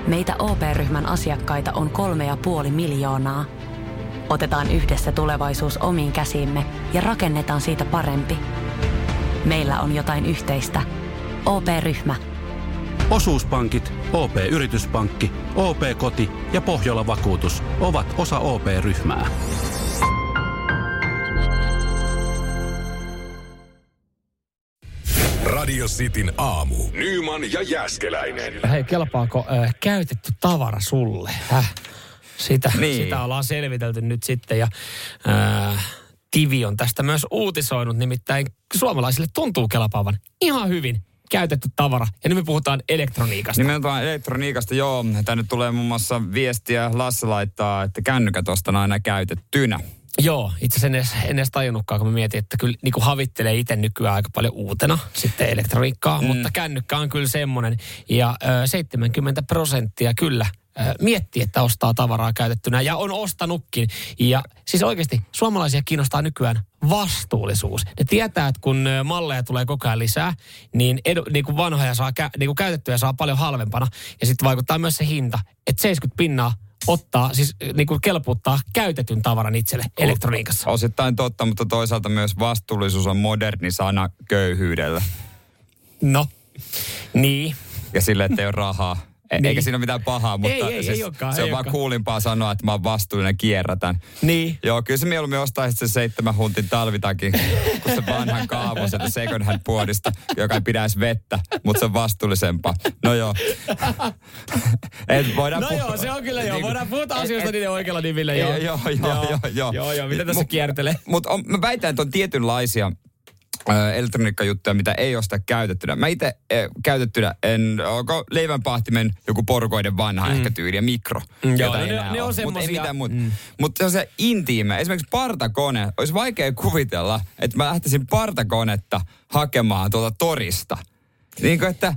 Meitä OP-ryhmän asiakkaita on 3,5 miljoonaa. Otetaan yhdessä tulevaisuus omiin käsiimme ja rakennetaan siitä parempi. Meillä on jotain yhteistä. OP-ryhmä. Osuuspankit, OP-yrityspankki, OP-koti ja Pohjola-vakuutus ovat osa OP-ryhmää. Radio Cityn aamu. Nyman ja Jääskeläinen. Hei, kelpaako käytetty tavara sulle? Sitä ollaan selvitelty nyt sitten ja TV on tästä myös uutisoinut, nimittäin suomalaisille tuntuu kelpaavan ihan hyvin käytetty tavara. Ja nyt me puhutaan elektroniikasta. Nimenomaan elektroniikasta, joo. Tänne tulee muun muassa viestiä. Lasse laittaa, että kännykät ostan aina käytettynä. Joo, itse asiassa en edes tajunnutkaan, kun mä mietin, että kyllä niin kuin havittelee itse nykyään aika paljon uutena sitten elektroniikkaa, mutta kännykkä on kyllä semmoinen. Ja 70% kyllä miettii, että ostaa tavaraa käytettynä ja on ostanutkin. Ja siis oikeasti suomalaisia kiinnostaa nykyään vastuullisuus. Ne tietää, että kun malleja tulee koko ajan lisää, niin kuin vanhoja saa, niin kuin käytettyjä saa paljon halvempana. Ja sitten vaikuttaa myös se hinta, että 70% ottaa, siis niin kuin kelputtaa käytetyn tavaran itselle elektroniikassa. Osittain totta, mutta toisaalta myös vastuullisuus on moderni sana köyhyydellä. No, niin. Ja sille, että ei ole rahaa. Niin. Eikä siinä ole mitään pahaa, mutta ei olekaan, se on vaan coolimpaa sanoa, että mä oon vastuullinen ja kierrätän. Niin. Joo, kyllä se mieluummin ostaisit sen 7 huntin talvitakin, kun se vanhan kaavon sieltä second hand puodista, joka ei pidäisi vettä, mutta se on vastuullisempaa. No joo. Joo, se on kyllä joo. Voidaan puhuta asioista niiden oikealla nimillä. Joo. Mitä tässä kiertelee? Mutta mä väitän, että on tietynlaisia elektroniikkajuttuja, mitä ei osta käytettynä. Mä itse käytettynä onko leivänpahtimen joku porukoiden vanha ehkä tyyli ja mikro, jota ei enää ole. Mutta ei mitään muuta. Mutta se on se intiime. Esimerkiksi partakone. Olisi vaikea kuvitella, että mä lähtisin partakonetta hakemaan tuolta torista. Niin kuin, että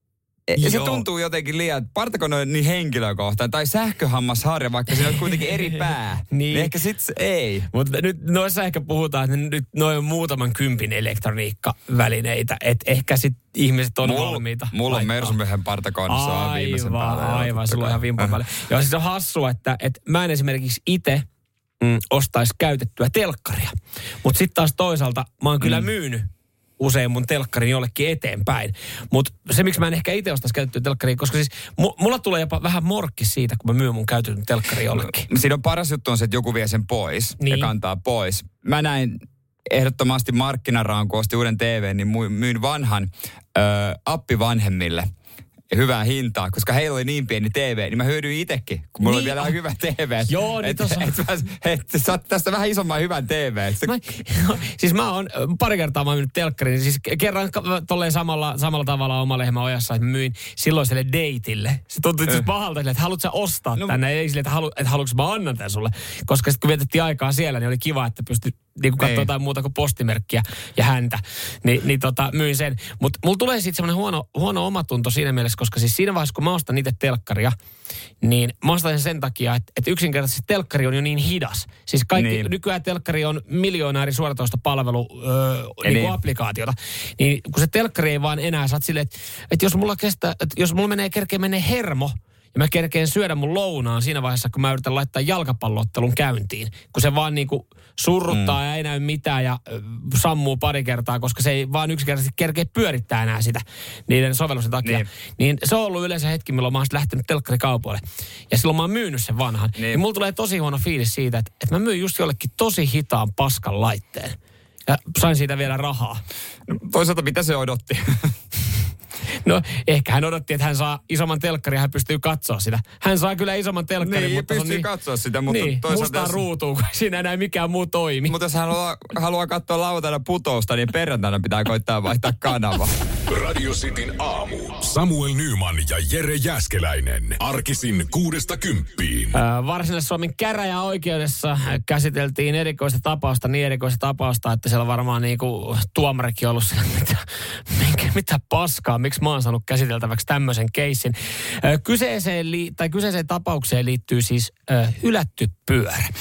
se tuntuu jotenkin liian, partakone on niin henkilökohtainen, tai sähköhammasharja, vaikka siinä on kuitenkin eri pää. niin ehkä sitten ei. Mutta nyt noissa ehkä puhutaan, että nyt noin on muutaman kympin elektroniikkavälineitä, että ehkä sitten ihmiset on valmiita. Mulla on Mersumiehen partakonessa on viimeisen päälle. Aivan, sulla on ihan vimpan päälle. Joo, siis on hassua, että mä en esimerkiksi itse ostaisi käytettyä telkkaria. Mutta sitten taas toisaalta mä oon kyllä myynyt usein mun telkkarin jollekin eteenpäin. Mutta se, miksi mä en ehkä itse ostaisi käytettyä telkkaria, koska siis mulla tulee jopa vähän morkki siitä, kun mä myyn mun käytetyn telkkarin jollekin. Siinä on paras juttu on se, että joku vie sen pois ja kantaa pois. Mä näin ehdottomasti markkinaraan, kun ostin uuden TV:n, niin myyn vanhan appi vanhemmille. Hyvää hintaa, koska heillä oli niin pieni TV, niin mä hyödyin itsekin, kun mulla oli vielä hyvä TV. Joo, niin tossa että saat tästä vähän isomman hyvän TV. Siis mä oon pari kertaa myynyt telkkarin, siis kerran tolleen samalla tavalla oma lehmä ojassa, että mä myin silloiselle deitille. Se tuntui itse pahalta sille, että haluatko sä ostaa tänne, ei sille, että haluatko mä annan tän sulle. Koska sitten kun vietettiin aikaa siellä, niin oli kiva, että pystyi niin katsoa jotain muuta kuin postimerkkiä ja häntä, myin sen. Mutta mulla tulee sitten semmoinen huono omatunto siinä mielessä, koska siis siinä vaiheessa, kun mä ostan itse telkkaria, niin mä ostan sen takia, että yksinkertaisesti telkkari on jo niin hidas. Siis kaikki, nykyään telkkari on miljoona eri suoratoistopalvelu niin applikaatiota. Niin kun se telkkari ei vaan enää, sä oot silleen, että jos mulla menee hermo, ja mä kerkeen syödä mun lounaan siinä vaiheessa, kun mä yritän laittaa jalkapalloottelun käyntiin. Kun se vaan niinku surruttaa ja ei näy mitään ja sammuu pari kertaa, koska se ei vaan yksinkertaisesti kerkeä pyörittää enää sitä niiden sovellusten takia. Niin se on ollut yleensä hetki, milloin mä oon lähtenyt telkkarikaupoille. Ja silloin mä oon myynyt sen vanhan. Ja mulla tulee tosi huono fiilis siitä, että mä myyn just jollekin tosi hitaan paskan laitteen. Ja sain siitä vielä rahaa. No, toisaalta mitä se odotti? No, ehkä hän odotti, että hän saa isomman telkkarin ja hän pystyy katsoa sitä. Hän saa kyllä isomman telkkarin, niin, mutta pystyy katsoa sitä, mutta toisaalta mustaan ruutuun, kun siinä enää mikään muu toimi. Mutta jos hän haluaa katsoa lauantaina putousta, niin perjantaina pitää koittaa vaihtaa kanava. Radio Cityn aamu. Samuel Nyman ja Jere Jääskeläinen. Arkisin 6–10. Varsinais-Suomen käräjäoikeudessa käsiteltiin erikoista tapausta, että siellä on varmaan niinku tuomarikin ollut siellä, mitä paskaa, miksi mä oon saanut käsiteltäväksi tämmöisen keissin. Kyseiseen tapaukseen liittyy siis hylätty pyörä.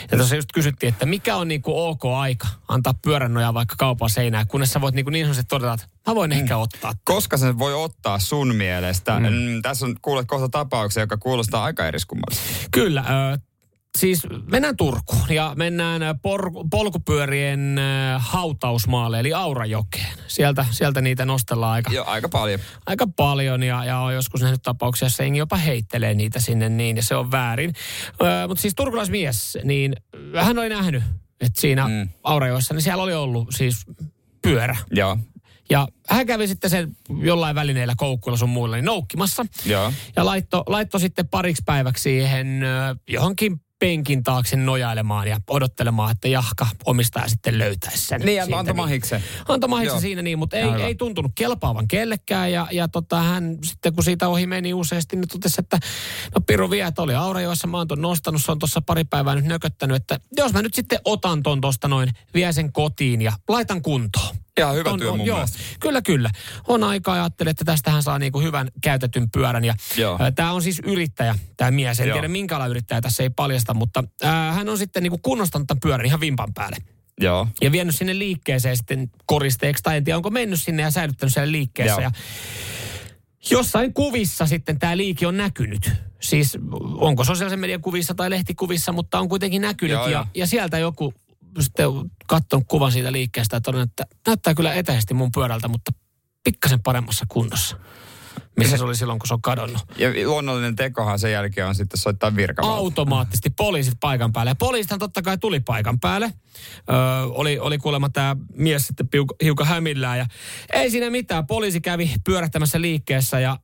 Ja tuossa just kysyttiin, että mikä on niinku ok aika antaa pyörän nojaa vaikka kaupan seinään, kunnes sä voit niin sanotusti todeta, että mä voin ehkä ottaa. Koska se voi ottaa sun mielestä? Tässä on kuulet kohta tapauksia, joka kuulostaa aika eriskummallisesti. Kyllä. Siis mennään Turkuun ja mennään polkupyörien hautausmaalle, eli Aurajokeen. Sieltä niitä nostellaan aika paljon. Aika paljon ja on joskus nähnyt tapauksia, jossa jengi jopa heittelee niitä sinne niin, ja se on väärin. Mutta siis turkulaismies, niin hän oli nähnyt, että siinä Aurajoessa, niin siellä oli ollut siis pyörä. Joo. Ja hän kävi sitten sen jollain välineillä koukkuilla sun muilla niin noukkimassa. Joo. Ja laittoi sitten pariksi päiväksi siihen johonkin penkin taakse nojailemaan ja odottelemaan, että jahka omistaja sitten löytäisi sen. Niin, ja antoi mahiksen. Antoi mahiksen siinä niin, mutta ei tuntunut kelpaavan kellekään. Ja hän sitten, kun siitä ohi meni useasti, niin totesi, että no piru vie, että oli Aurajoessa, mä oon ton nostanut, se on tuossa pari päivää nyt nököttänyt, että jos mä nyt sitten otan ton tosta noin, vie sen kotiin ja laitan kuntoon. Ihan hyvä työ mun mielestä. Kyllä. On aikaa, ajattelin, että tästähän saa niinku hyvän käytetyn pyörän. Ja tämä on siis yrittäjä, tämä mies. En tiedä minkälainen yrittäjä tässä ei paljasta, mutta hän on sitten niinku kunnostanut tämän pyörän ihan vimpan päälle. Joo. Ja vienyt sinne liikkeeseen sitten koristeeksi, tai en tiedä onko mennyt sinne ja säilyttänyt siellä liikkeessä. Ja jossain kuvissa sitten tämä liike on näkynyt. Siis onko sosiaalisen median kuvissa tai lehtikuvissa, mutta on kuitenkin näkynyt. Ja sieltä joku sitten katsonut kuvan siitä liikkeestä ja todennut, että näyttää kyllä etäisesti mun pyörältä, mutta pikkasen paremmassa kunnossa. Missä se oli silloin, kun se on kadonnut. Ja luonnollinen tekohan sen jälkeen on sitten soittaa virkavalta. Automaattisesti poliisit paikan päälle. Ja poliisithan totta kai tuli paikan päälle. Oli kuulemma tämä mies sitten hiukan hämillään. Ja ei siinä mitään. Poliisi kävi pyörähtämässä liikkeessä ja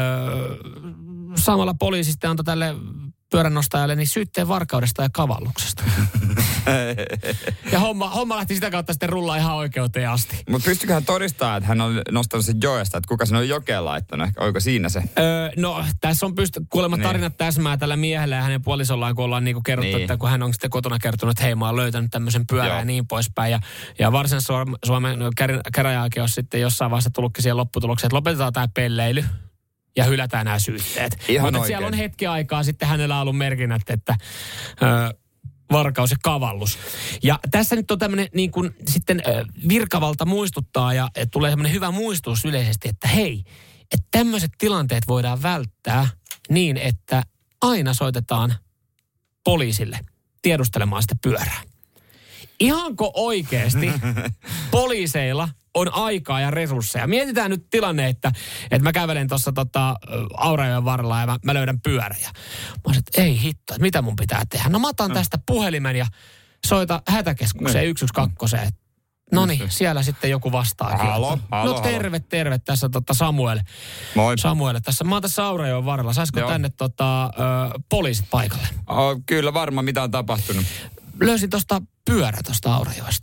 samalla poliisi sitten antoi tälle pyörännostajalle niin syytteen varkaudesta ja kavalluksesta. Ja homma lähti sitä kautta sitten rullaa ihan oikeuteen asti. Mutta pystyykö todistamaan, että hän on nostanut sen joesta, että kuka sen on jokeen laittanut? Oliko siinä se? No, tässä on kuulemma tarinat täsmää tällä miehellä ja hänen puolisollaan, kun ollaan niinku kerrottu, että kun hän on sitten kotona kertonut, että hei, mä oon löytänyt tämmöisen pyörän ja niin poispäin. Ja Varsinais-Suomen käräjäoikeus sitten jossain vaiheessa tullutkin siihen lopputulokseen, että lopetetaan tämä pelleily. Ja hylätään nämä syytteet. Mutta siellä on hetki aikaa sitten hänellä ollut merkinnät, että varkaus ja kavallus. Ja tässä nyt on tämmöinen niin kuin sitten virkavalta muistuttaa ja tulee semmoinen hyvä muistutus yleisesti, että hei, että tämmöiset tilanteet voidaan välttää niin, että aina soitetaan poliisille tiedustelemaan sitä pyörää. Ihanko oikeasti poliiseilla on aikaa ja resursseja? Mietitään nyt tilanne, että mä kävelen tuossa Aurajoen varrella ja mä löydän pyörän. Ja mä olisin, että ei hitto, että mitä mun pitää tehdä? No mä otan tästä puhelimen ja soita hätäkeskukseen 112. Noniin, siellä sitten joku vastaa. Halo. Terve. Tässä Samuel. Moi. Samuel, tässä. Mä oon tässä Aurajoen varrella. Saisiko tänne poliisit paikalle? Kyllä varmaan, mitä on tapahtunut. Löysin tuosta pyörä tuosta Aurajoesta.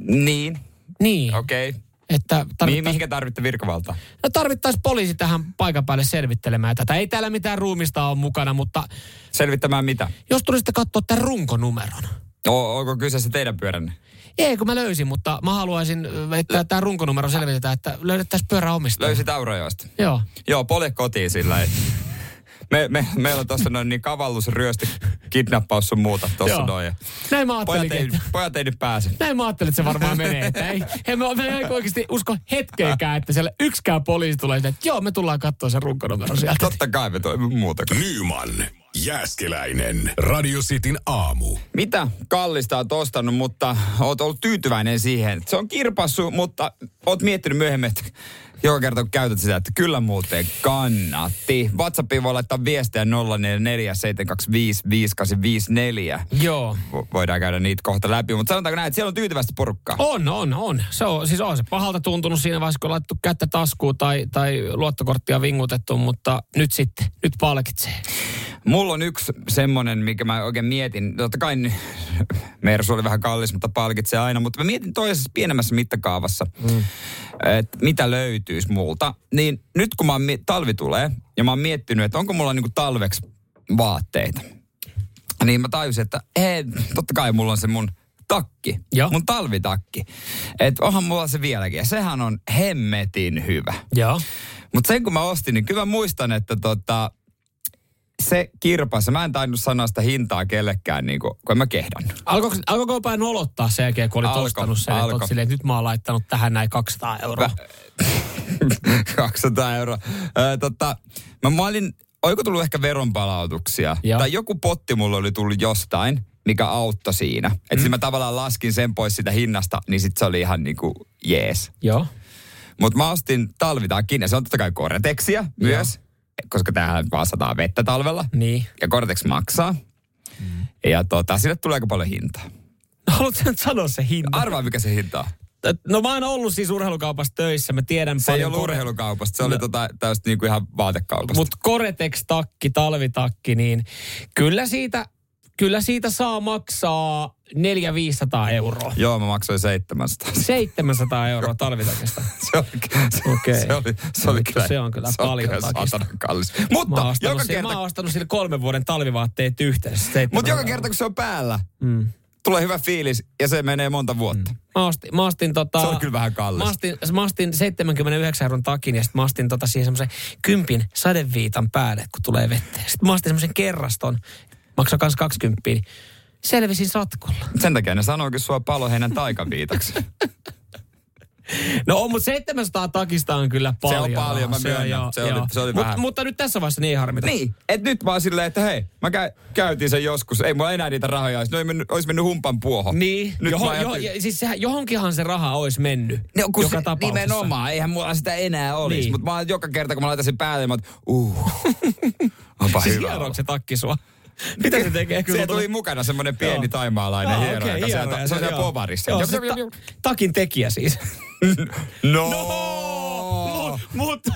Niin. Okei. Että mihinkä tarvitte virkavaltaa? No tarvittaisiin poliisi tähän paikan päälle selvittelemään tätä. Ei täällä mitään ruumista ole mukana, mutta... Selvittämään mitä? Jos tulisitte katsoa tämän runkonumeron. Onko kyseessä teidän pyöränne? Ei, kun mä löysin, mutta mä haluaisin, että tämä runkonumero selvitetään, että löydettäisiin pyörän omistaja. Löysit Aurajoesta? Joo, polje kotiin sillä ei. Meillä on tuossa noin niin kavallusryöstö, kidnappaus sun muuta tuossa noin. Näin mä ajattelin. Pojat ei nyt pääse. Näin mä ajattelin, että se varmaan menee. Että me oikeasti usko hetkeäkään, että siellä yksikään poliisi tulee, että joo, me tullaan katsoa sen runkonumero sieltä. Totta kai me toimme muuta. Nyman, Jääskeläinen, Radio Cityn aamu. Mitä kallista oot ostanut, mutta oot ollut tyytyväinen siihen. Se on kirpassu, mutta oot miettinyt myöhemmin, että joka kerta kun käytät sitä, että kyllä muuten kannatti. WhatsAppiin voi laittaa viestejä 0447255854. Joo. Voidaan käydä niitä kohta läpi, mutta sanotaanko näin, että siellä on tyytyvästi porukkaa. On. Se on se pahalta tuntunut siinä vaiheessa, kun on laittu kättä taskuun tai luottokorttia vingutettu, mutta nyt palkitsee. Mulla on yksi semmonen, mikä mä oikein mietin. Totta kai Mersu oli vähän kallis, mutta palkitsee aina. Mutta mä mietin toisessa pienemmässä mittakaavassa, että mitä löytyisi multa. Niin nyt kun talvi tulee ja mä oon miettinyt, että onko mulla niinku talveksi vaatteita. Niin mä tajusin, että totta kai mulla on se mun takki. Joo. Mun talvitakki. Että onhan mulla se vieläkin. Ja sehän on hemmetin hyvä. Joo. Mutta sen kun mä ostin, niin kyllä mä muistan, että se kirpassa. Mä en tainnut sanoa sitä hintaa kellekään, niin kun en mä kehdannut. Alkoiko päin nolottaa sen jälkeen, kun olit ostanut sen, että silleen, nyt mä oon laittanut tähän näin 200 euroa. 200 euroa. Mä olin, oiko tullut ehkä veronpalautuksia? Joo. Tai joku potti mulla oli tullut jostain, mikä auttoi siinä. Että siis mä tavallaan laskin sen pois sitä hinnasta, niin sit se oli ihan niinku jees. Joo. Mutta mä ostin talvitakkin, ja se on totta kai Gore-Texia myös, koska tämähän vaan sataa vettä talvella. Niin. Ja Gore-Tex maksaa. Ja sille tulee aika paljon hintaa. Haluatko nyt sanoa se hinta? Arvaa, mikä se hinta on. No mä oon ollut siis urheilukaupassa töissä, mä tiedän se paljon. Se ei ollut urheilukaupasta, se oli täysin niinku ihan vaatekaupasta. Mutta Gore-Tex-takki, talvitakki, niin kyllä siitä saa maksaa 400-500 euroa. Joo, mä maksoin 700. 700 euroa talvitakista. Se on kyllä paljon takista. Kallis. Mutta mä oon ostanut sille 3 vuoden talvivaatteet yhteensä. Mutta joka kerta, kun se on päällä, tulee hyvä fiilis ja se menee monta vuotta. Mä ostin se on kyllä vähän kallis. Mä ostin 79 euron takin ja sitten mä ostin siihen semmoisen 10 sadeviitan päälle, kun tulee vettä. Sitten mä ostin semmoisen kerraston, maksaa kans 20. Selvisin satkulla. Sen takia ne sanookin sua Paloheinän taikaviitaksi. No mutta 700 takista on kyllä paljon. Se on paljon, mä myönnän. Se oli vähän. Mutta nyt tässä vaiheessa niin ei harmita. Niin, että nyt vaan silleen, että hei, mä käytiin sen joskus. Ei mulla enää niitä rahoja, olisi mennyt humpan puohon. Niin, siis johonkinhan se raha olisi mennyt. No, joka tapauksessa. Nimenomaan, eihän mulla sitä enää olisi. Niin. Mutta joka kerta, kun mä laitan sen päälle, mä onpa siis hyvä. Hieroiko se takki sua? Mitä se tekee? Se tuli mukana semmoinen pieni taimaalainen hiero, joka se on siellä povarissa. Joo, se takin tekijä siis. Mutta,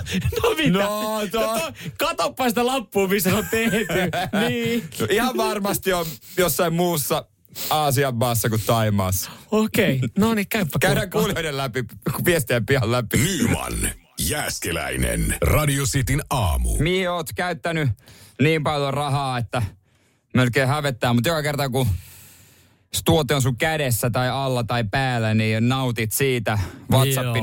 katoppa sitä lappua, missä se on tehty. Niin. Ihan varmasti on jossain muussa Aasian maassa kuin Taimaassa. Okei, no niin, käypä. Käydään kuulijoiden läpi, viestien pihan läpi. Nyman, Jääskeläinen, Radio Cityn aamu. Mihin oot käyttänyt niin paljon rahaa, että melkein hävettää, mutta joka kerta kun tuote on sun kädessä tai alla tai päällä, niin nautit siitä. WhatsAppi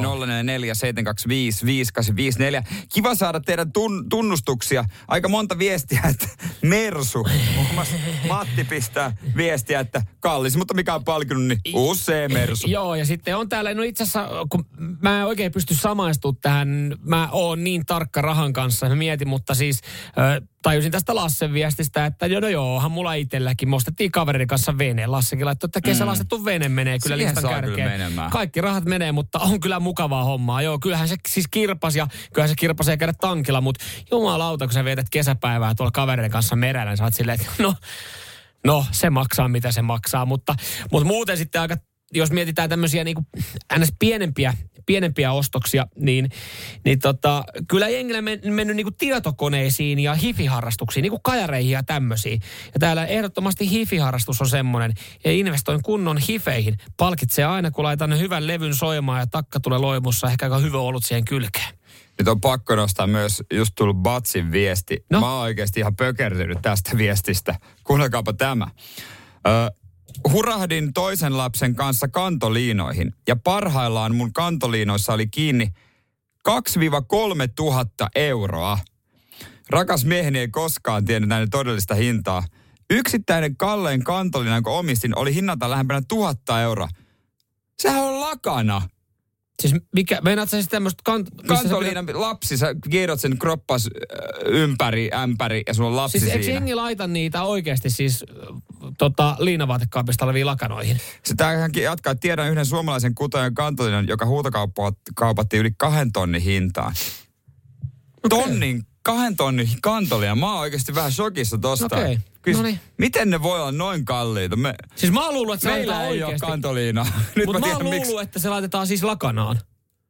044 Kiva saada teidän tunnustuksia. Aika monta viestiä, että Mersu. Matti pistää viestiä, että kallis, mutta mikä on palkinnut, niin uusi Mersu. Joo, ja sitten on täällä, no itse asiassa, kun mä en oikein pysty samaistumaan tähän, mä oon niin tarkka rahan kanssa, mä mietin, mutta siis tajusin tästä Lassen viestistä, että onhan mulla itselläkin. Me ostettiin kaverin kanssa vene. Lassekin laittoi, että kesälastettu vene menee kyllä siihen listan kärkeen. Kaikki rahat menee, mutta on kyllä mukavaa hommaa. Joo, kyllähän se siis kirpasi ja kyllähän se kirpasee käydä tankilla, mutta jumalauta, kun sä vietät kesäpäivää tuolla kaverin kanssa merellä, niin sä oot silleen, että no, se maksaa mitä se maksaa. Mutta muuten sitten aika, jos mietitään tämmöisiä niin kuin ns. pienempiä ostoksia, niin kyllä jengillä mennyt niin kuin tietokoneisiin ja hifi-harrastuksiin, niin kuin kajareihin ja tämmöisiin. Ja täällä ehdottomasti hifi-harrastus on semmoinen, ja investoin kunnon hifeihin. Palkitsee aina, kun laitan hyvän levyn soimaan ja takka tulee loimussa, ehkä aika hyvä ollut siihen kylkeen. Nyt on pakko nostaa myös just tullut Batsin viesti. No? Mä oon oikeasti ihan pökertynyt tästä viestistä. Kuunnelkaapa tämä. Hurahdin toisen lapsen kanssa kantoliinoihin ja parhaillaan mun kantoliinoissa oli kiinni 2-3 tuhatta euroa. Rakas mieheni ei koskaan tiennyt näiden todellista hintaa. Yksittäinen kallein kantoliina, jonka omistin, oli hinnalta lähempänä 1000 euroa. Sehän on lakana. Siis mikä, meinaat sä siis tämmöistä kantoliina lapsi, sä kiedot sen kroppas ympäri, ämpäri ja sulla on lapsi siis siinä. Siis eikö jengi laita niitä oikeasti siis liinavaatekaapista oleviin lakanoihin? Sitä jatkaa, että tiedän yhden suomalaisen kutojan kantoliinan, joka huutokaupattiin yli 2 tonnin hintaan. Okay. 2 tonnin kantoliina. Mä oon oikeasti vähän shokissa tosta. Okei. Noniin. Miten ne voi olla noin kalliita? Siis mä oon luullut, että se laitetaan oikeasti. Meillä ei ole kantoliinaa. Mutta mä oon luullut, että se laitetaan siis lakanaan.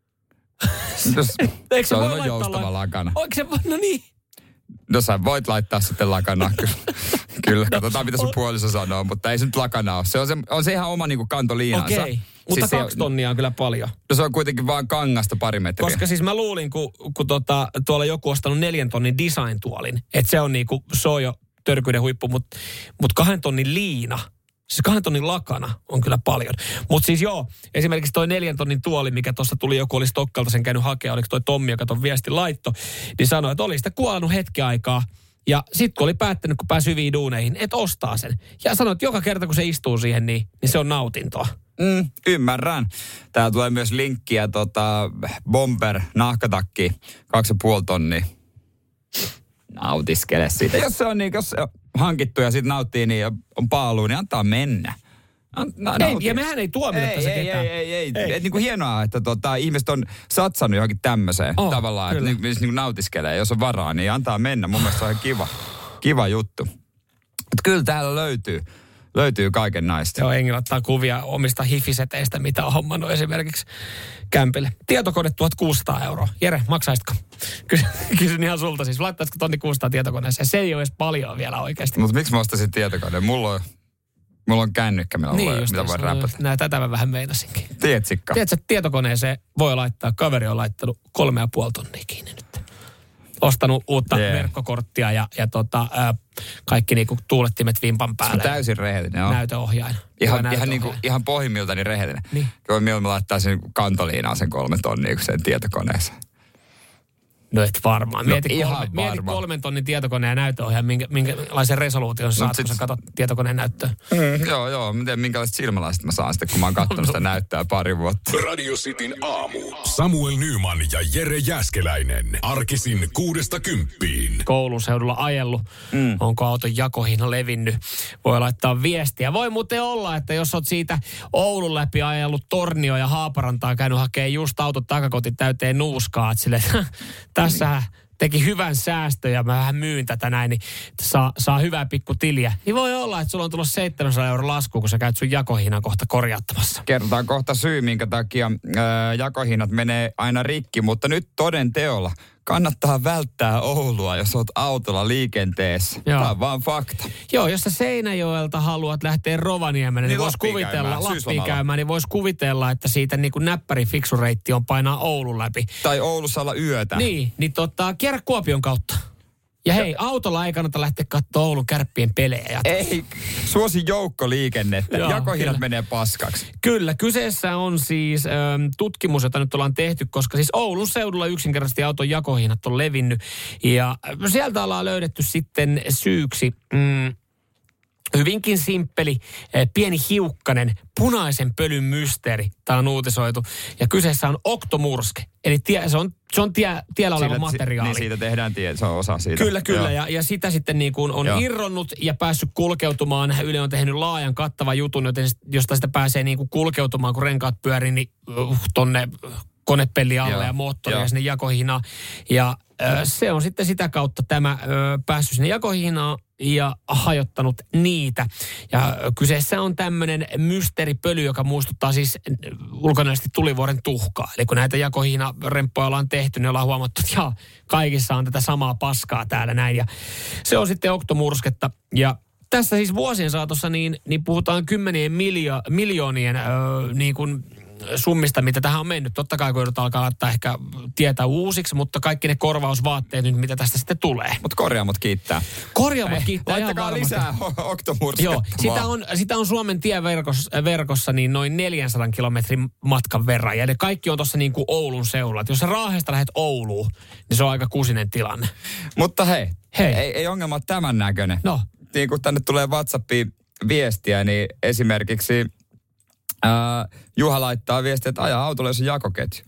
Se on joustava lakana. Oiko se? No niin. No sä voit laittaa sitten lakanaa. Kyllä, katsotaan mitä sun puoliso sanoo, mutta ei se nyt lakana ole. Se on se ihan oma niinku kantoliinansa. Okei. Mutta siis 2 tonnia on kyllä paljon. No se on kuitenkin vaan kangasta pari metriä. Koska siis mä luulin, kun tuolla joku ostanut 4 tonnin design-tuolin, että se on niinku, se on jo törkyiden huippu, mutta 2 tonnin liina, siis 2 tonnin lakana on kyllä paljon. Mutta siis joo, esimerkiksi toi 4 tonnin tuoli, mikä tuossa tuli, joku oli Stokkalta sen käynyt hakea, oliko toi Tommi, joka ton viesti laitto, niin sanoi, että oli sitä kuollut hetken aikaa. Ja sitten kun oli päättänyt, kun pääsi hyviin duuneihin, että ostaa sen. Ja sanoi, että joka kerta kun se istuu siihen, niin se on nautintoa. Ymmärrän. Täällä tulee myös linkkiä Bomber nahkatakki 2,5 tonnia. Nautiskele siitä. Jos se on hankittu ja sitten nauttii niin ja on paaluun, niin antaa mennä. Ja mehän ei tuomita tässä ketään. Ei. Niin kuin hienoa, että ihmiset on satsannut johonkin tämmöiseen tavallaan, että niin nautiskelee. Jos on varaa, niin antaa mennä. Mun mielestä se on ihan kiva juttu. Mutta kyllä täällä löytyy kaiken naista. Joo, Engel ottaa kuvia omista hifiseteistä, mitä on hommannut esimerkiksi kämpille. Tietokone 1 600 €. Jere, maksaisitko? Kysyn ihan sulta siis. Laittaisitko 1 600 € tietokoneeseen? Se ei ole edes paljon vielä oikeasti. Mutta miksi mä ostaisin tietokoneen? Mulla on kännykkä, mitä voi räpätä. Tätä mä vähän meinasinkin. Tiedätkö, että tietokoneeseen voi laittaa, kaveri on laittanut 3,5 tonnia kiinni nyt. Ostanut uutta verkkokorttia ja kaikki niinku tuulettimet vimpan päälle. Se on täysin rehellinen, joo. Näytöohjain. Ihan pohjimmiltani rehellinen. Niin. Kyllä mieluummin laittaa sen kantoliinaan sen 3 tonnia kuin sen tietokoneeseen. No et varmaan. Mieti 3 tonnin tietokoneen ja näytöohjaajan, minkälaisen resoluution saat, kun sä katsot tietokoneen näyttöön. Joo. Miten minkälaiset silmälaiset mä saan sitten, kun mä oon katsonut sitä näyttöä pari vuotta. Radio Cityn aamu. Samuel Nyman ja Jere Jääskeläinen. Arkisin 6–10. Koulun seudulla ajellut. Onko auton jakohinta levinnyt? Voi laittaa viestiä. Voi muuten olla, että jos oot siitä Oulun läpi ajellut Tornio ja Haaparantaa käynyt hakemaan just auton takakotin täyteen nuuskaa, että silleen, tässä teki hyvän säästön ja mä vähän myyn tätä näin, niin saa hyvää pikku tiliä. Niin voi olla, että sulla on tullut 700 € lasku, kun sä käyt sun jakohinnan kohta korjauttamassa. Kerrotaan kohta syy, minkä takia jakohinnat menee aina rikki, mutta nyt toden teolla kannattaa välttää Oulua, jos oot autolla liikenteessä. Joo. Tämä on vaan fakta. Joo, jos sä Seinäjoelta haluat lähteä Rovaniemelle, niin vois kuvitella, Lappiin käymään, niin vois kuvitella, että siitä niin kuin näppäri fiksureitti on painaa Oulun läpi. Tai Oulussa olla yötä. Niin kierrä Kuopion kautta. Ja hei, autolla ei kannata lähteä katsoa Oulun Kärppien pelejä. Ei, suosi joukkoliikennettä. Jakohinnat menee paskaksi. Kyllä, kyseessä on siis tutkimus, jota nyt ollaan tehty, koska siis Oulun seudulla yksinkertaisesti auton jakohinnat on levinnyt. Ja sieltä ollaan löydetty sitten syyksi hyvinkin simppeli, pieni hiukkanen, punaisen pölyn mysteeri. Tämä on uutisoitu. Ja kyseessä on oktomurske. Eli se on tiellä oleva materiaali. Niin siitä tehdään se on osa siitä. Kyllä. Ja sitä sitten niin kuin on irronnut ja päässyt kulkeutumaan. Yle on tehnyt laajan kattavan jutun, josta sitä pääsee niin kuin kulkeutumaan, kun renkaat pyörii niin tonne konepelli alle ja moottoria sinne jakohinaan. Ja se on sitten sitä kautta tämä päässyt sinne jakohinaan ja hajottanut niitä. Ja kyseessä on tämmöinen mysteeripöly, joka muistuttaa siis ulkonäöllisesti tulivuoren tuhkaa. Eli kun näitä jakohiinaremppoja ollaan tehty, niin ollaan huomattu, että kaikissa on tätä samaa paskaa täällä näin. Ja se on sitten oktomursketta. Ja tässä siis vuosien saatossa niin puhutaan 10 miljoonien niin kuin summista, mitä tähän on mennyt. Totta kai kun alkaa laittaa ehkä tietää uusiksi, mutta kaikki ne korvausvaatteet nyt, mitä tästä sitten tulee. Mutta korjaamot kiittää. Korjaamot kiittää ihan varmasti. Lisää oktomursketta. Joo, sitä on Suomen tieverkossa niin noin 400 kilometrin matkan verran. Ja ne kaikki on tuossa niin kuin Oulun seudulla. Jos sä Raahesta lähdet Ouluun, niin se on aika kusinen tilanne. Mutta hei. Ei ongelma ole tämän näköinen. No. Niin kun tänne tulee WhatsAppiin viestiä, niin esimerkiksi Juha laittaa viestiä, että ajaa autolla, jos on jakoketju.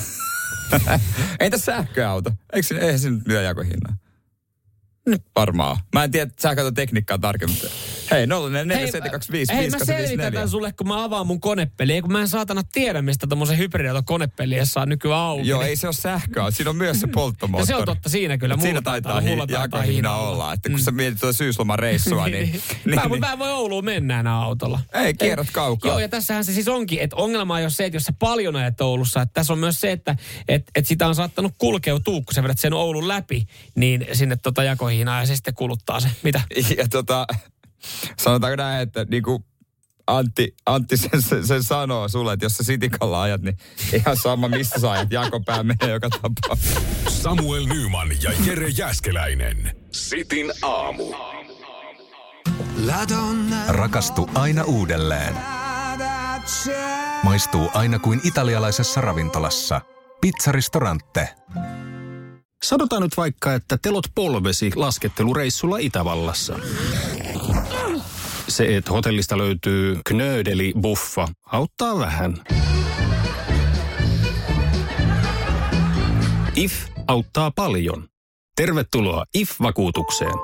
Entä sähköauto? Eihän se nyt lyö jakohinnaa? Varmaan. Mä en tiedä sähköautotekniikkaa tarkemmin. Hei, 04725. Hei, mä selvitän tämän sulle, kun mä avaan mun konepeliä. Kun mä en saatana tiedä, mistä tommosen hybridiauton konepeliä saa nykyään auki. Joo, ei se ole sähköauto. Siinä on myös se polttomoottori. Ja se on totta siinä kyllä. Siinä taitaa jakohinna olla. Että kun sä mietit tuota syyslomareissua, niin mä en voi Ouluun mennä enää autolla. Ei, kierrät kaukaa. Joo, ja tässähän se siis onkin, että ongelma ei ole se, että jos sä paljon ajat Oulussa, että tässä on myös se, että sitä on saattanut kulkeutua, kun sä vedät sen Oulun läpi, niin sinne jakohinnaa ja se sitten kuluttaa se. Mitä? Ja sanotaanko näin, että niinku Antti sen sanoo sulle, että jos sä Sitikalla ajat, niin ihan sama missä sä ajat, jakopää menee joka tapauksessa. Samuel Nyman ja Jere Jääskeläinen. Sitin aamu. Rakastu aina uudelleen. Maistuu aina kuin italialaisessa ravintolassa. Pizzaristorante. Sanotaan nyt vaikka, että telot polvesi laskettelureissulla Itävallassa. Se, että hotellista löytyy knöydeli-buffa, auttaa vähän. IF auttaa paljon. Tervetuloa IF-vakuutukseen.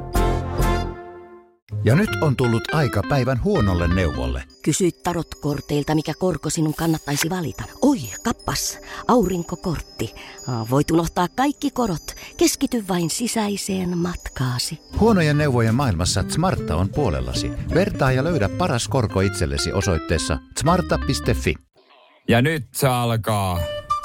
Ja nyt on tullut aika päivän huonolle neuvolle. Kysy tarotkorteilta, mikä korko sinun kannattaisi valita. Oi, kappas, aurinkokortti. Voit unohtaa kaikki korot. Keskity vain sisäiseen matkaasi. Huonojen neuvojen maailmassa Smarta on puolellasi. Vertaa ja löydä paras korko itsellesi osoitteessa smarta.fi. Ja nyt se alkaa.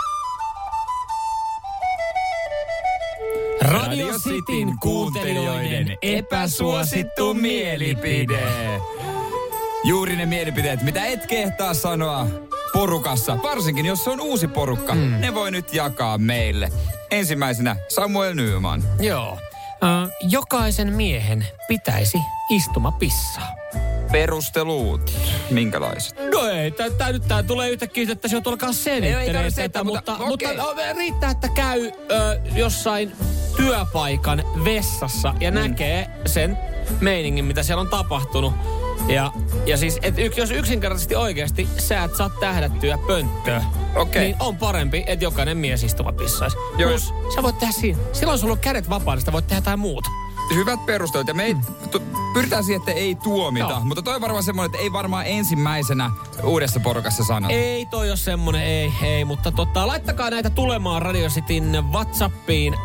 Radio Cityn kuuntelijoiden epäsuosittu mielipide. Juuri ne mielipiteet, mitä et kehtaa sanoa porukassa. Varsinkin, jos se on uusi porukka. Ne voi nyt jakaa meille. Ensimmäisenä Samuel Nyman. Joo. Jokaisen miehen pitäisi istumapissaa. Perustelut. Minkälaiset? No ei, tää tulee yhtäkkiä, että se on tuollakaan selittelee mutta riittää, että käy jossain työpaikan vessassa ja näkee sen meiningin, mitä siellä on tapahtunut. Ja siis, jos yksinkertaisesti oikeasti sä et saa tähdättyä pönttöä, niin on parempi, että jokainen mies istumapissaisi. Plus, sä voit tehdä siinä. Silloin sulla on kädet vapaana, sitä voit tehdä jotain muuta. Hyvät perustelut, ja me ei, pyritään siihen, että ei tuomita. Joo. Mutta toi on varmaan semmoinen, että ei varmaan ensimmäisenä uudessa porukassa sanota. Ei toi ole semmoinen, ei. Mutta laittakaa näitä tulemaan Radio Cityn WhatsAppiin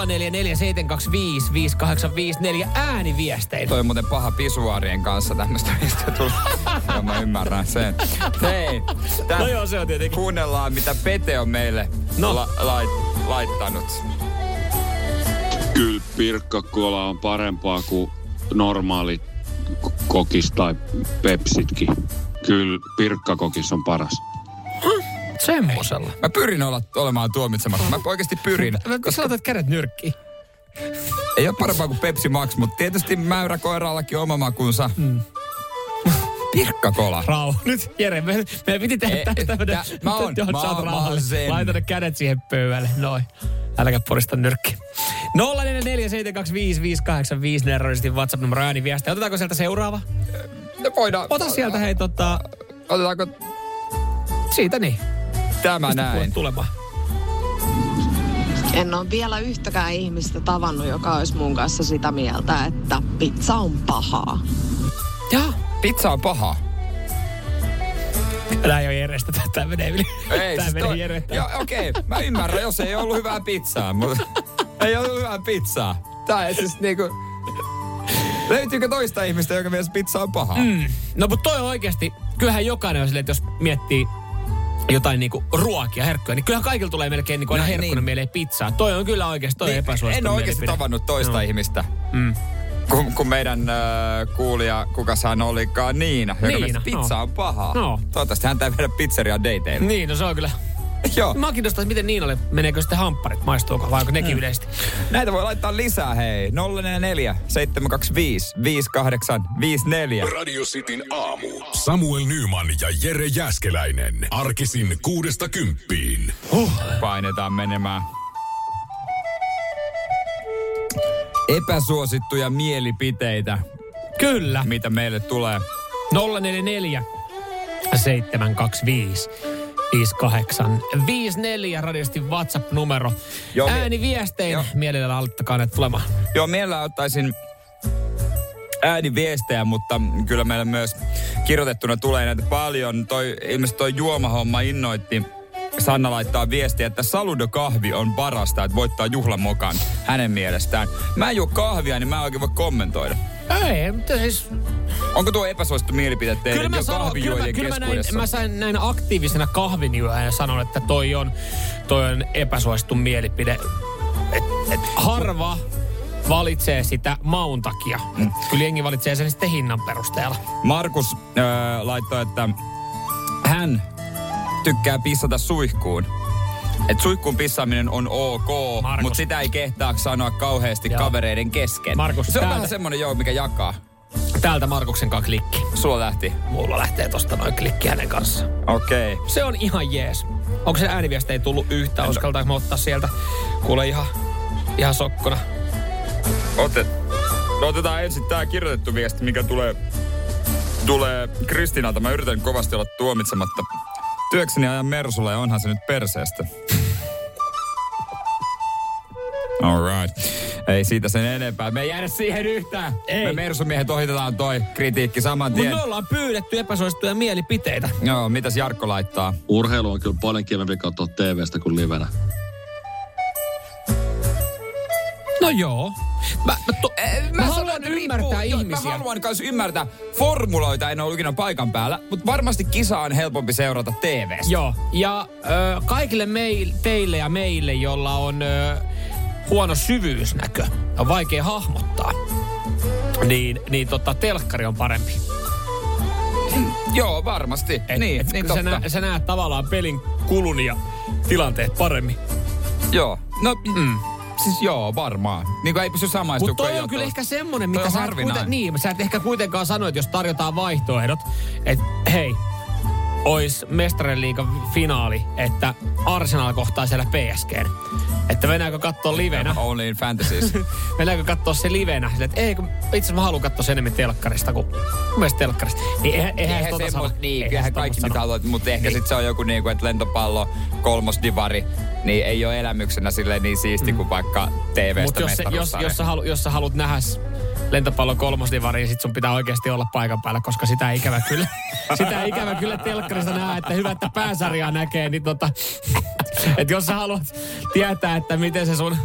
0447255854 ääniviestein. Toi on muuten paha pisuaarien kanssa tämmöistä mistä tulee. Joo, mä ymmärrän sen. Hei, no joo, se on tietenkin. Kuunnellaan, mitä Pete on meille laittanut. Kyllä Pirkka-kola on parempaa kuin normaali kokis tai pepsitkin. Kyllä Pirkka-kokis on paras. Semmosella. Mä pyrin olemaan tuomitsematta. Mä oikeasti pyrin. Sä otat kädet nyrkkiin. Ei ole parempaa kuin Pepsi Max, mutta tietysti mäyräkoirallakin oma makunsa. Pirkka-kola. Nyt Jere, me piti tehdä tästä. Mä oon sen. Laita ne kädet siihen pöydälle. Noin. Äläkä porista nyrkki. 0447255854 radistin WhatsApp-numero ääniviestiä. Otetaanko sieltä seuraava? Voidaan. Ota sieltä hei Otetaanko? Siitä niin. Tämä mistä näin. Tulemaan? En ole vielä yhtäkään ihmistä tavannut, joka olisi mun kanssa sitä mieltä, että pizza on pahaa. Jaa. Pizza on pahaa. Tää ei ole Jerestä, tää menee yli. Ei, tää menee Jerestä. Okei, mä ymmärrän, jos ei ollut hyvää pizzaa, mutta ei ollut hyvää pizzaa. Tää ei siis niinku. Löytyykö toista ihmistä, joka mielestä pizza on pahaa? No mutta toi on oikeasti, kyllähän jokainen on silleen, että jos miettii jotain niinku ruokia, herkkuja, niin kyllähän kaikilla tulee melkein niinku aina herkkuna mieleen pizzaa. Toi on kyllä oikeasti, toi epäsuosittu En ole oikeasti tavannut toista ihmistä. Kun meidän kuulija, kukas hän olikaan, Niina, joka mielestä pizza on pahaa. Toivottavasti häntä ei vedä pizzeriaan dateille. Niin, no se on kyllä. Joo. Mä kiinnostaa, miten Niinalle, meneekö sitten hampparit, maistuuko, vai onko nekin yleisesti? Näitä voi laittaa lisää, hei. 044 725 5854. Radio Cityn aamu. Samuel Nyman ja Jere Jääskeläinen. Arkisin 6–10. Painetaan menemään. Epäsuosittuja mielipiteitä. Kyllä. Mitä meille tulee. 044 725 5854 radistin WhatsApp-numero. Ääniviestein. Mielellä aloittakaa ne tulemaan. Joo, mielellä ottaisin ääniviestejä, mutta kyllä meillä myös kirjoitettuna tulee näitä paljon. Ilmeisesti toi juomahomma innoitti. Sanna laittaa viestiä, että Saludo-kahvi on parasta, että voittaa juhlamokan hänen mielestään. Mä en juo kahvia, niin mä en oikein voi kommentoida. Ei, mutta siis... Onko tuo epäsuosittu mielipide teille jo kahvijuojien keskuudessa? Mä sain näin aktiivisena kahvinjuojana ja sanon, että toi on epäsuosittu mielipide. Et harva valitsee sitä maun takia. Kyllä jengi valitsee sen sitten hinnan perusteella. Markus laittoi, että hän tykkää pissata suihkuun. Että suihkuun pissaaminen on ok, mutta sitä ei kehtaa sanoa kauheasti kavereiden kesken. Markus, se on vähän semmoinen mikä jakaa. Täältä Markuksen kanssa klikki. Sulla lähti? Mulla lähtee tosta noin klikki hänen kanssa. Okei. Se on ihan jees. Onko se ääniviesti ei tullut yhtään? Uskaltaanko mä ottaa sieltä? Kuule ihan ihan sokkona. Otetaan ensin tää kirjoitettu viesti, mikä tulee Kristinalta. Mä yritän kovasti olla tuomitsematta. Työkseni ajan Mersulla ja onhan se nyt perseestä. All right. Ei siitä sen enempää. Me ei jäädä siihen yhtään. Ei. Me Mersumiehet ohitetaan toi kritiikki saman tien. Mutta me ollaan pyydetty epäsuosittuja mielipiteitä. Joo, mitäs Jarkko laittaa? Urheilu on kyllä paljon kivempi katsoa TV:stä kuin livenä. No joo. Mä haluan ymmärtää ihmisiä. Mä haluan myös ymmärtää. Formuloita en ole ikinä paikan päällä, mutta varmasti kisa on helpompi seurata TV:stä. Joo, ja kaikille teille ja meille, jolla on huono syvyysnäkö, on vaikea hahmottaa, niin telkkari on parempi. Joo, varmasti. Niin sä näet tavallaan pelin kulun ja tilanteet paremmin. Joo, no... Siis joo, varmaan. Niin kuin ei pysy samaistua. Mutta toi on kyllä ehkä semmonen, mitä sä et ehkä kuitenkaan sano, että jos tarjotaan vaihtoehdot, että hei, ois Mestarien liigan finaali, että Arsenal kohtaa siellä PSG:n. Että mennäänkö kattoo livenä? Only in fantasies. Mennäänkö kattoo se livenä? Sille, että ei, itse asiassa mä haluan katsoa sen enemmän telkkarista kuin mielestä telkkarista. Niin eihän tota sano. Niin, kyllähän kaikki mitä haluat, mutta ehkä sit se on joku niinku, että lentopallo, kolmosdivari, niin ei ole elämyksenä silleen niin siisti kuin vaikka TV:stä mestaruussarja. Jos sä haluat nähdä lentopallon kolmosdivariin, sit sun pitää oikeasti olla paikan päällä, koska sitä ei ikävä kyllä telkkarista nähdä, että hyvä, että pääsarjaa näkee, niin että jos sä haluat tietää, että miten se sun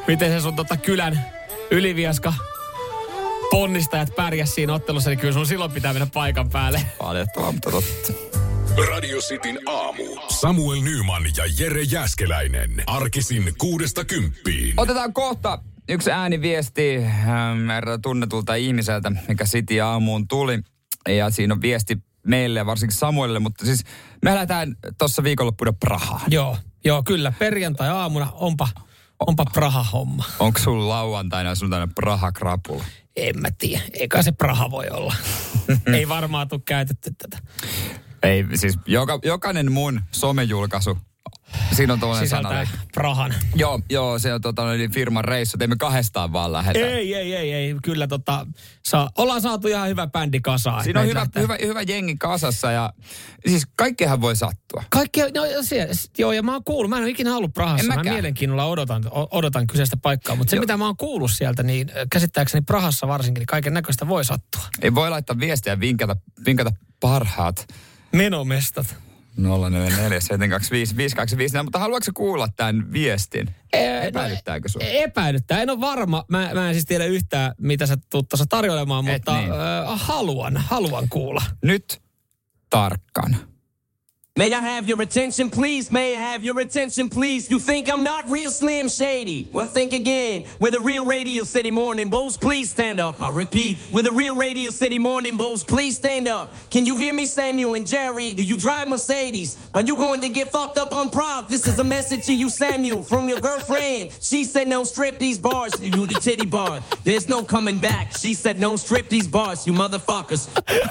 kylän yliviaska ponnistajat pärjäs siinä ottelussa, niin kyllä sun silloin pitää mennä paikan päälle. Valitettavaa, mutta totta. Radio Cityn aamu. Samuel Nyman ja Jere Jääskeläinen. Arkisin 6–10. Otetaan kohta yksi ääniviesti tunnetulta ihmiseltä, mikä City aamuun tuli. Ja siinä on viesti meille ja varsinkin Samuelille, mutta siis me lähdetään tuossa viikonloppuna Prahaan. Joo, kyllä. Perjantai-aamuna onpa Praha-homma. Onko sun lauantaina sun tämmöinen Praha-krapula? En mä tiedä. Eikä se Praha voi olla. Ei varmaan tule käytetty tätä. Ei, siis jokainen mun somejulkaisu, siinä on toinen sana. Prahan. Joo, se on firman reissu. Emme kahdestaan vaan lähetä. Ei. Kyllä ollaan saatu ihan hyvä bändi kasaan. Siinä on hyvä jengi kasassa ja siis kaikkeahan voi sattua. Ja mä oon kuullut. Mä en ole ikinä ollut Prahassa. Mä mielenkiinnolla odotan kyseistä paikkaa. Mutta se mitä mä oon kuullut sieltä, niin käsittääkseni Prahassa varsinkin, niin kaiken näköistä voi sattua. Ei voi laittaa viestiä ja vinkata parhaat menomestat. 044 725 525. Mutta haluatko kuulla tämän viestin? Epäilyttääkö sinua? Epäilyttää. En ole varma. Mä en siis tiedä yhtään, mitä sä tuut tuossa tarjoilemaan, mutta niin. Haluan kuulla. Nyt tarkkaan. May I have your attention, please? May I have your attention, please? You think I'm not real Slim Shady? Well, think again. We're the real Radio City Morning Bulls. Please stand up. I repeat, we're the real Radio City Morning Bulls. Please stand up. Can you hear me, Samuel and Jerry? Do you drive Mercedes? Are you going to get fucked up on prov? This is a message to you, Samuel, from your girlfriend. She said no strip these bars. You the titty bar. There's no coming back. She said no strip these bars, you motherfuckers.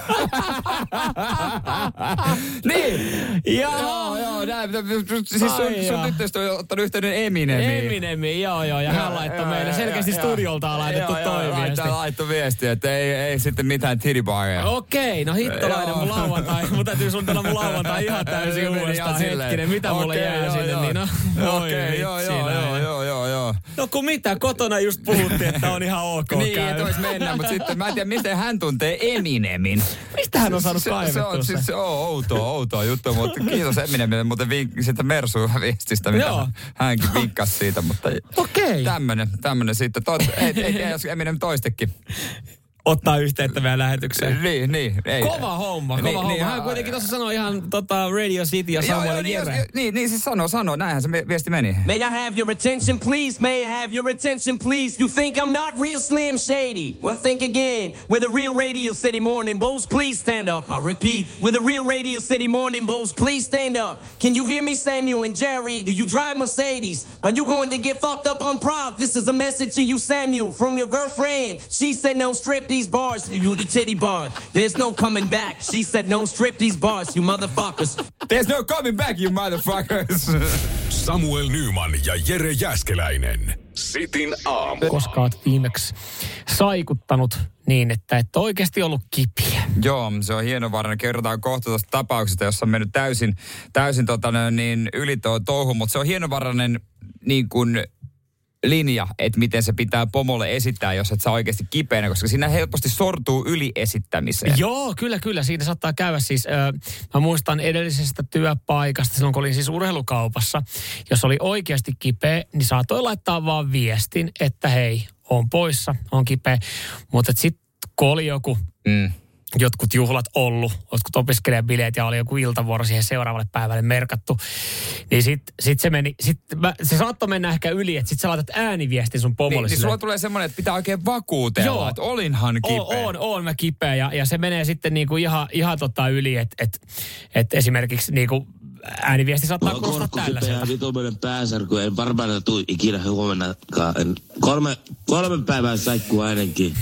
Niin. Joo, näin. Siis sun tyttöstä on ottanut yhteyden Eminemiin, joo. Ja hän laittoi meille selkeästi studiolta laitettu toi viesti. Laittoi viesti, että ei sitten mitään titty-baria. Okei, no hittolainen mun lauantai. Mun täytyy suunnitella mun lauantai ihan täysin uudestaan. Hetkinen, mitä mulle jää sinne, niin okei, joo. No kun mitä, kotona just puhuttiin, että on ihan ok niin, käy. Niin, että mennä, mutta sitten mä en tiedä, miten hän tuntee Eminemin. Mistä hän on saanut kaivettua sen? Se on outoa juttu, mutta kiitos Eminemille muuten siitä Mersu-viestistä, mitä hänkin vinkkasi siitä, mutta tämmönen sitten. Ei jos Eminem toistekin ottaa yhteyttä meidän lähetykseen. Niin. Ei. Kova homma. Hän kuitenkin tuossa sanoi ihan Radio City ja Samuel Jere. Niin, siis sano, näinhän se viesti meni. May I have your attention, please? May I have your attention, please? You think I'm not real Slim Shady? Well, think again. We're the real Radio City Morning Bulls. Please stand up. I repeat, we're the real Radio City Morning Bulls. Please stand up. Can you hear me, Samuel and Jerry? Do you drive Mercedes? Are you going to get fucked up on prov? This is a message to you, Samuel, from your girlfriend. She said no strip these bars, you the titty bar. There's no coming back. She said no strip these bars, you motherfuckers. There's no coming back, you motherfuckers. Samuel Nyman ja Jere Jääskeläinen. Sitin aamu. Koska oot viimeksi saikuttanut niin, että et oikeasti ollut kipiä. Joo, se on hienovarainen. Kerrotaan kohta tuosta tapauksesta, jossa on mennyt täysin yli tuo touhu, mutta se on hienovarainen niin kuin linja, että miten se pitää pomolle esittää, jos et saa oikeasti kipeänä, koska siinä helposti sortuu yliesittämiseen. Joo, kyllä. Siinä saattaa käydä siis, mä muistan edellisestä työpaikasta, silloin kun olin siis urheilukaupassa, jos oli oikeasti kipeä, niin saatoi laittaa vaan viestin, että hei, on poissa, on kipeä. Mutta sitten kun oli jotkut juhlat ollut, jotkut opiskelijabileet ja oli joku iltavuoro siihen seuraavalle päivälle merkattu, niin sit se meni, se saattoi mennä ehkä yli, että sit sä laitat ääniviestin sun pomolle. Niin sulla tulee semmoinen, että pitää oikein vakuutella, että olinhan kipeä. On mä kipeä ja se menee sitten niinku ihan yli, että esimerkiksi niinku ääniviesti saattaa kuulostaa tällaiselta. Vitoinen pääsärky, en varmaan tule ikinä huomennakaan. 3 päivää saikkuu ainakin.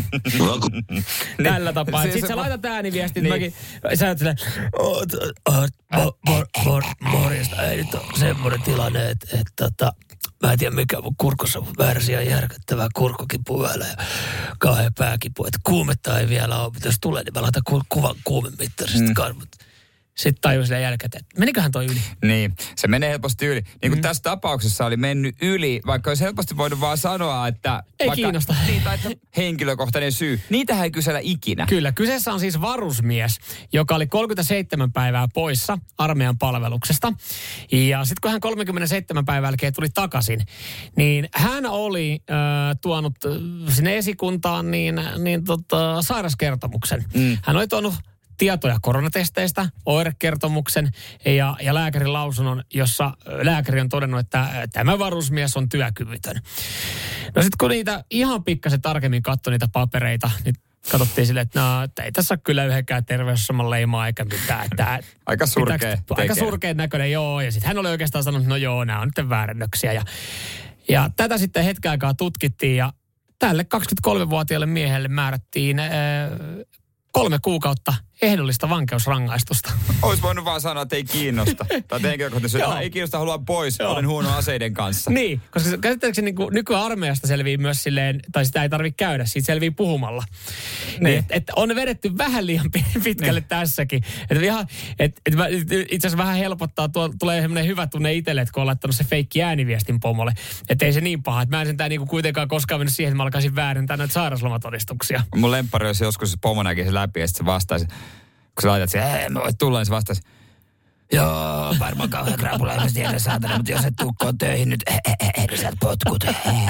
Tällä tapaa. Sitten sä laitat ääniviestin, niin sä oot silleen, morjesta, ei nyt ole semmoinen tilanne, että mä en tiedä mikä mun kurkussa on värsiä järkyttävää kurkkukipu yöllä ja kauhean pääkipu, että kuumetta ei vielä ole, mutta jos tulee, niin mä laitan kuvan kuumemittaisesta karmut. Sitten tajuu silleen jälkikäteen, että meniköhän toi yli? Niin, se menee helposti yli. Niin kuin tässä tapauksessa oli mennyt yli, vaikka olisi helposti voinut vaan sanoa, että ei kiinnosta. Niin, tai henkilökohtainen syy. Niitähän ei kysellä ikinä. Kyllä, kyseessä on siis varusmies, joka oli 37 päivää poissa armeijan palveluksesta. Ja sitten kun hän 37 päivän jälkeen tuli takaisin, niin hän oli tuonut sinne esikuntaan sairaskertomuksen. Hän oli tuonut tietoja koronatesteistä, oirekertomuksen ja lääkärin lausunnon, jossa lääkäri on todennut, että tämä varusmies on työkyvytön. No sitten kun niitä ihan pikkasen tarkemmin katsoi niitä papereita, niin katsottiin silleen, että ei tässä ole kyllä yhdenkään terveyssaman leimaa eikä mitään. Aika surkean näköinen, joo. Ja sitten hän oli oikeastaan sanonut, no joo, nämä on nyt väärennöksiä. Ja tätä sitten hetken aikaa tutkittiin ja tälle 23-vuotiaalle miehelle määrättiin 3 kuukautta ehdollista vankeusrangaistusta. Olisi voinut vaan sanoa, että ei kiinnosta. Tai henkilökohtaisesti, ei kiinnosta, haluan pois, olen huono aseiden kanssa. Niin, koska käsittääkseni niin nykyään armeijasta selvii myös silleen, tai sitä ei tarvitse käydä, siitä selvii puhumalla. Niin. Että on vedetty vähän liian pitkälle tässäkin. Itse asiassa vähän helpottaa, tulee semmoinen hyvä tunne itselle, että kun on laittanut se feikki ääniviestin pomolle. Että ei se niin paha, että mä en sentään niinku kuitenkaan koskaan mennyt siihen, että mä alkaisin väärentää näitä sairauslomatodistuksia. Mun lemppari olisi joskus pomo näki se läpi ja sitten se vastaisi. Kun sä laitat siihen, hei, mä voit tulla, niin se vastasi, joo, varmaan kauhean krapulaimasti tiedä saatana, mutta jos et tukkoon töihin nyt, niin sä potkut.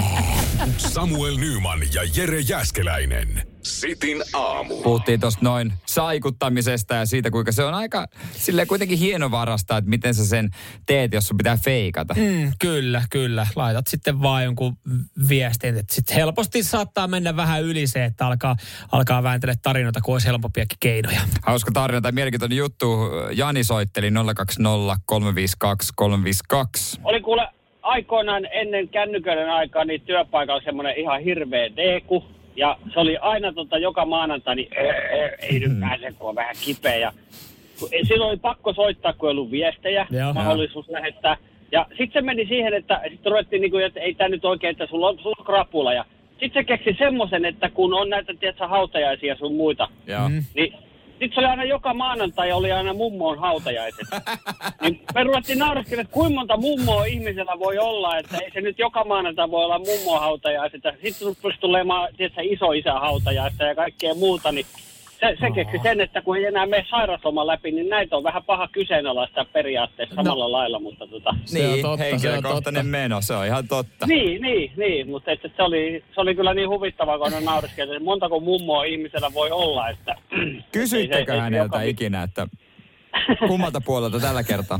Samuel Nyman ja Jere Jääskeläinen. Sitin aamu. Puhuttiin tosta noin saikuttamisesta ja siitä, kuinka se on aika silleen kuitenkin hienovarasta, että miten sä sen teet, jos sun pitää feikata. Kyllä. Laitat sitten vaan jonkun viestin, että sitten helposti saattaa mennä vähän yli se, että alkaa vääntele tarinoita, kun olisi helpompiakin keinoja. Hauska tarina tai mielenkiintoinen juttu. Jani soitteli 020 352 352. Oli kuule aikoinaan ennen kännyköiden aikaa niin työpaikalla semmoinen ihan hirveä deeku. Ja se oli aina joka maanantai, niin ei nyt pääse, kun on vähän kipeä. Ja silloin oli pakko soittaa, kun ei ollut viestejä, mahdollisuus lähettää. Ja sitten se meni siihen, että sitten ruvettiin, niin kuin, että ei tämä nyt oikein, että sulla on krapula. Ja sitten se keksi semmoisen, että kun on näitä, tiedätkö, hautajaisia sun muita, niin sitten se oli aina joka maanantai ja oli aina mummoon hautajaiset. Niin me ruvettiin nauraskella, että kuinka monta mummoa ihmisellä voi olla, että ei se nyt joka maanantai voi olla mummoon hautajaiset. Sitten rupesi tulemaan isoisän hautajaista ja kaikkea muuta, niin se keksi sen, että kun ei enää mene sairausloman läpi, niin näitä on vähän paha kyseenalaistaa periaatteessa samalla lailla, mutta Niin, henkilökohtainen meno, se on ihan totta. Niin, mutta että se oli kyllä niin huvittavaa, kun on naureskella, että montako mummoa ihmisellä voi olla, että kysyittekö häneltä ikinä, että kummalta puolelta tällä kertaa?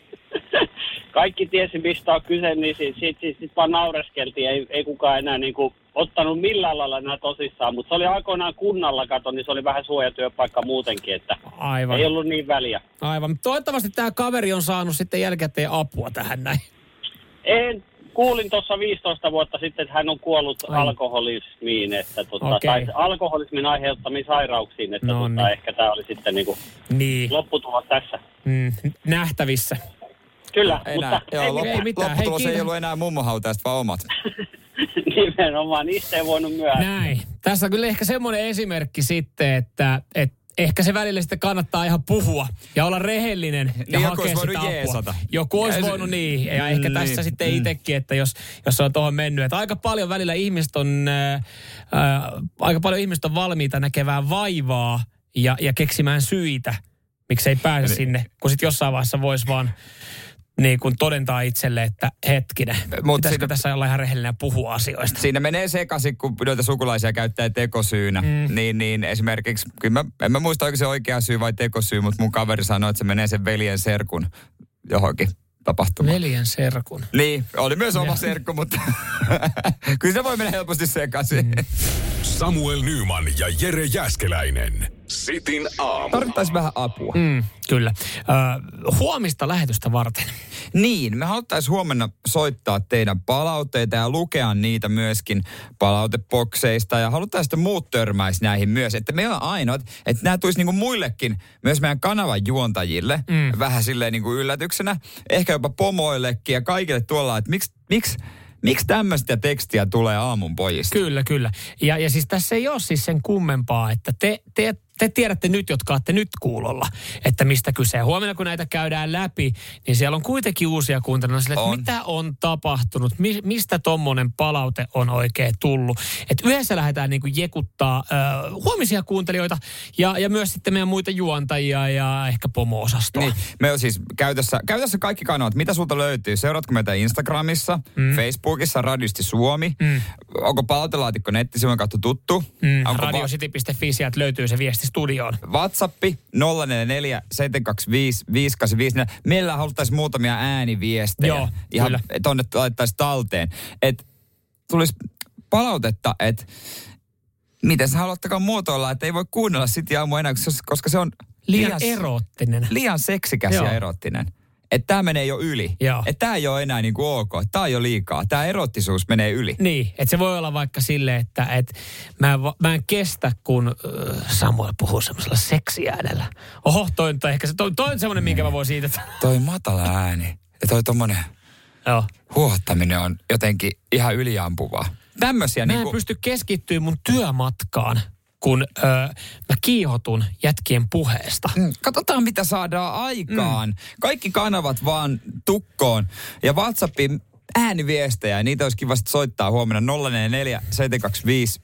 Kaikki tiesi, mistä on kyse, niin siitä vaan naureskeltiin. Ei kukaan enää niinku ottanut millään lailla enää tosissaan, mutta se oli aikoinaan kunnalla, niin se oli vähän suojatyöpaikka muutenkin, että aivan. Ei ollut niin väliä. Aivan. Toivottavasti tämä kaveri on saanut sitten jälkikäteen apua tähän näin. Kuulin tuossa 15 vuotta sitten, että hän on kuollut alkoholismiin, että tai alkoholismin aiheuttamiin sairauksiin, että ehkä tämä oli sitten niin. Lopputulos tässä. Nähtävissä. Kyllä, enää, mutta ei mitään. Lopputulos ei ollut enää mummohautaista, vaan omat. Nimenomaan, niistä ei voinut myöhästyä. Näin. Tässä on kyllä ehkä semmoinen esimerkki sitten, että ehkä se välillä sitten kannattaa ihan puhua ja olla rehellinen ja niin hakea sitä apua. Jeesata. Joku olisi voinut niin. Ja ehkä tässä sitten itsekin, että jos on tuohon mennyt. Että aika paljon välillä ihmiset on valmiita näkemään vaivaa ja keksimään syitä, miksi ei pääse sinne. Kun sitten jossain vaiheessa voisi vaan niin kun todentaa itselle, että hetkinen, pitäisikö tässä olla ihan rehellinen ja puhua asioista? Siinä menee sekaisin, kun noita sukulaisia käyttää tekosyynä. Niin esimerkiksi, kyllä en mä muista oikein se oikea syy vai tekosyy, mutta mun kaveri sanoi, että se menee sen veljen serkun johonkin tapahtumaan. Veljen serkun? Niin, oli myös oma serkku, mutta kyllä se voi mennä helposti sekaisin. Samuel Nyman ja Jere Jääskeläinen. Sitin aamu. Tarvittaisiin vähän apua. Kyllä. Huomista lähetystä varten. Niin, me haluttaisiin huomenna soittaa teidän palautteita ja lukea niitä myöskin palautebokseista. Ja haluttaisiin, että muut törmäisi näihin myös. Että meillä on ainoat, että nämä tulisi niinku muillekin, myös meidän kanavan juontajille, vähän silleen niinku yllätyksenä. Ehkä jopa pomoillekin ja kaikille tuolla, että miksi tämmöistä tekstiä tulee aamun pojista? Kyllä. Ja siis tässä ei ole siis sen kummempaa, että te tiedätte nyt, jotka olette nyt kuulolla, että mistä kyse. Huomenna kun näitä käydään läpi, niin siellä on kuitenkin uusia kuuntelijoita, että mitä on tapahtunut, mistä tommonen palaute on oikein tullut. Että yhdessä lähdetään niin kuin jekuttaa huomisia kuuntelijoita ja myös sitten meidän muita juontajia ja ehkä pomo-osastoa. Niin, me on siis käytössä kaikki kanavat. Mitä sulta löytyy? Seuraatko meitä Instagramissa, Facebookissa, Radiosti Suomi? Onko palautelaatikko nettisivujen kautta tuttu? Radiocity.fi, sieltä löytyy se viesti studioon. WhatsAppi 044 725 584. Meillä haluttaisiin muutamia ääniviestejä. Joo, ihan kyllä. Tonne laittaisiin talteen. Että tulisi palautetta, että miten sä haluattakaan muotoilla, että ei voi kuunnella City Aamua enää, koska se on liian eroottinen. Liian seksikäs ja eroottinen. Että tämä menee jo yli. Että tämä ei ole enää niin kuin ok. Tämä on jo liikaa. Tämä erottisuus menee yli. Niin, että se voi olla vaikka silleen, että mä en kestä, kun Samuel puhuu semmoisella seksiäänellä. Oho, toi on semmoinen, minkä mä voin siitä. Toi matala ääni ja toi tommonen huohottaminen on jotenkin ihan yliampuvaa. Tämmöisiä mä en pysty keskittyä mun työmatkaan, kun mä kiihotun jätkien puheesta. Katsotaan, mitä saadaan aikaan. Kaikki kanavat vaan tukkoon. Ja WhatsAppin ääniviestejä, niitä olisi kiva soittaa huomenna 044 725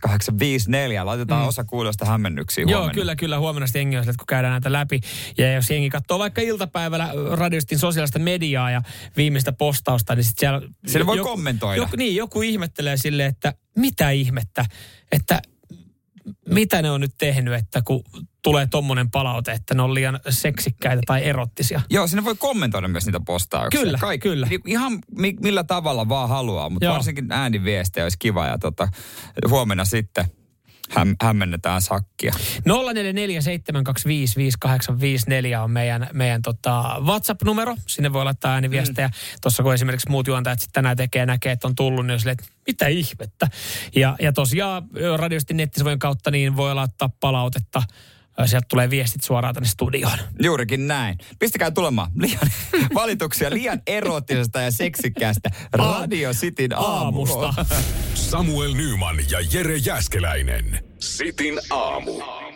5854. Laitetaan osa kuulosta hämmennyksiä huomenna. Joo, kyllä. Huomenna sitten jengi on, kun käydään näitä läpi. Ja jos jengi katsoo vaikka iltapäivällä Radiostin sosiaalista mediaa ja viimeistä postausta, niin sitten siellä voi kommentoida. Joku ihmettelee silleen, että mitä ihmettä, että mitä ne on nyt tehnyt, että kun tulee tommonen palaute, että ne on liian seksikkäitä tai erottisia. Joo, sinne voi kommentoida myös niitä postauksia. Kyllä. Ihan millä tavalla vaan haluaa, mutta varsinkin ääniviestejä olisi kiva. Ja huomenna sitten hämmennetään sakkia. 0447255854 on meidän WhatsApp-numero. Sinne voi laittaa ääniviestejä. Tuossa kun esimerkiksi muut juontajat sitten tänään näkee, että on tullut, niin on silleen, että mitä ihmettä. Ja tosiaan Radiostin nettisivujen kautta niin voi laittaa palautetta. Sieltä tulee viestit suoraan tänne studioon. Juurikin näin. Pistäkää tulemaan valituksia liian erottisesta ja seksikkäästä Radio Cityn aamusta. Samuel Nyman ja Jere Jääskeläinen. Cityn aamu.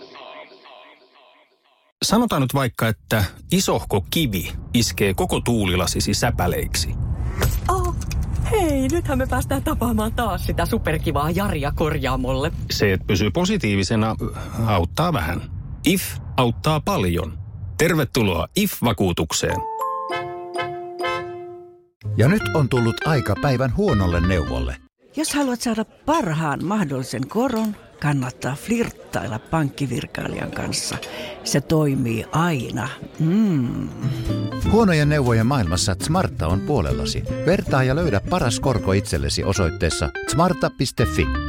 Sanotaan nyt vaikka, että isohko kivi iskee koko tuulilasisi säpäleiksi. Hei, nythän me päästään tapaamaan taas sitä superkivaa Jaria korjaamolle. Se, että pysyy positiivisena, auttaa vähän. IF auttaa paljon. Tervetuloa IF-vakuutukseen. Ja nyt on tullut aika päivän huonolle neuvolle. Jos haluat saada parhaan mahdollisen koron, kannattaa flirttailla pankkivirkailijan kanssa. Se toimii aina. Huonojen neuvojen maailmassa Smarta on puolellasi. Vertaa ja löydä paras korko itsellesi osoitteessa smarta.fi.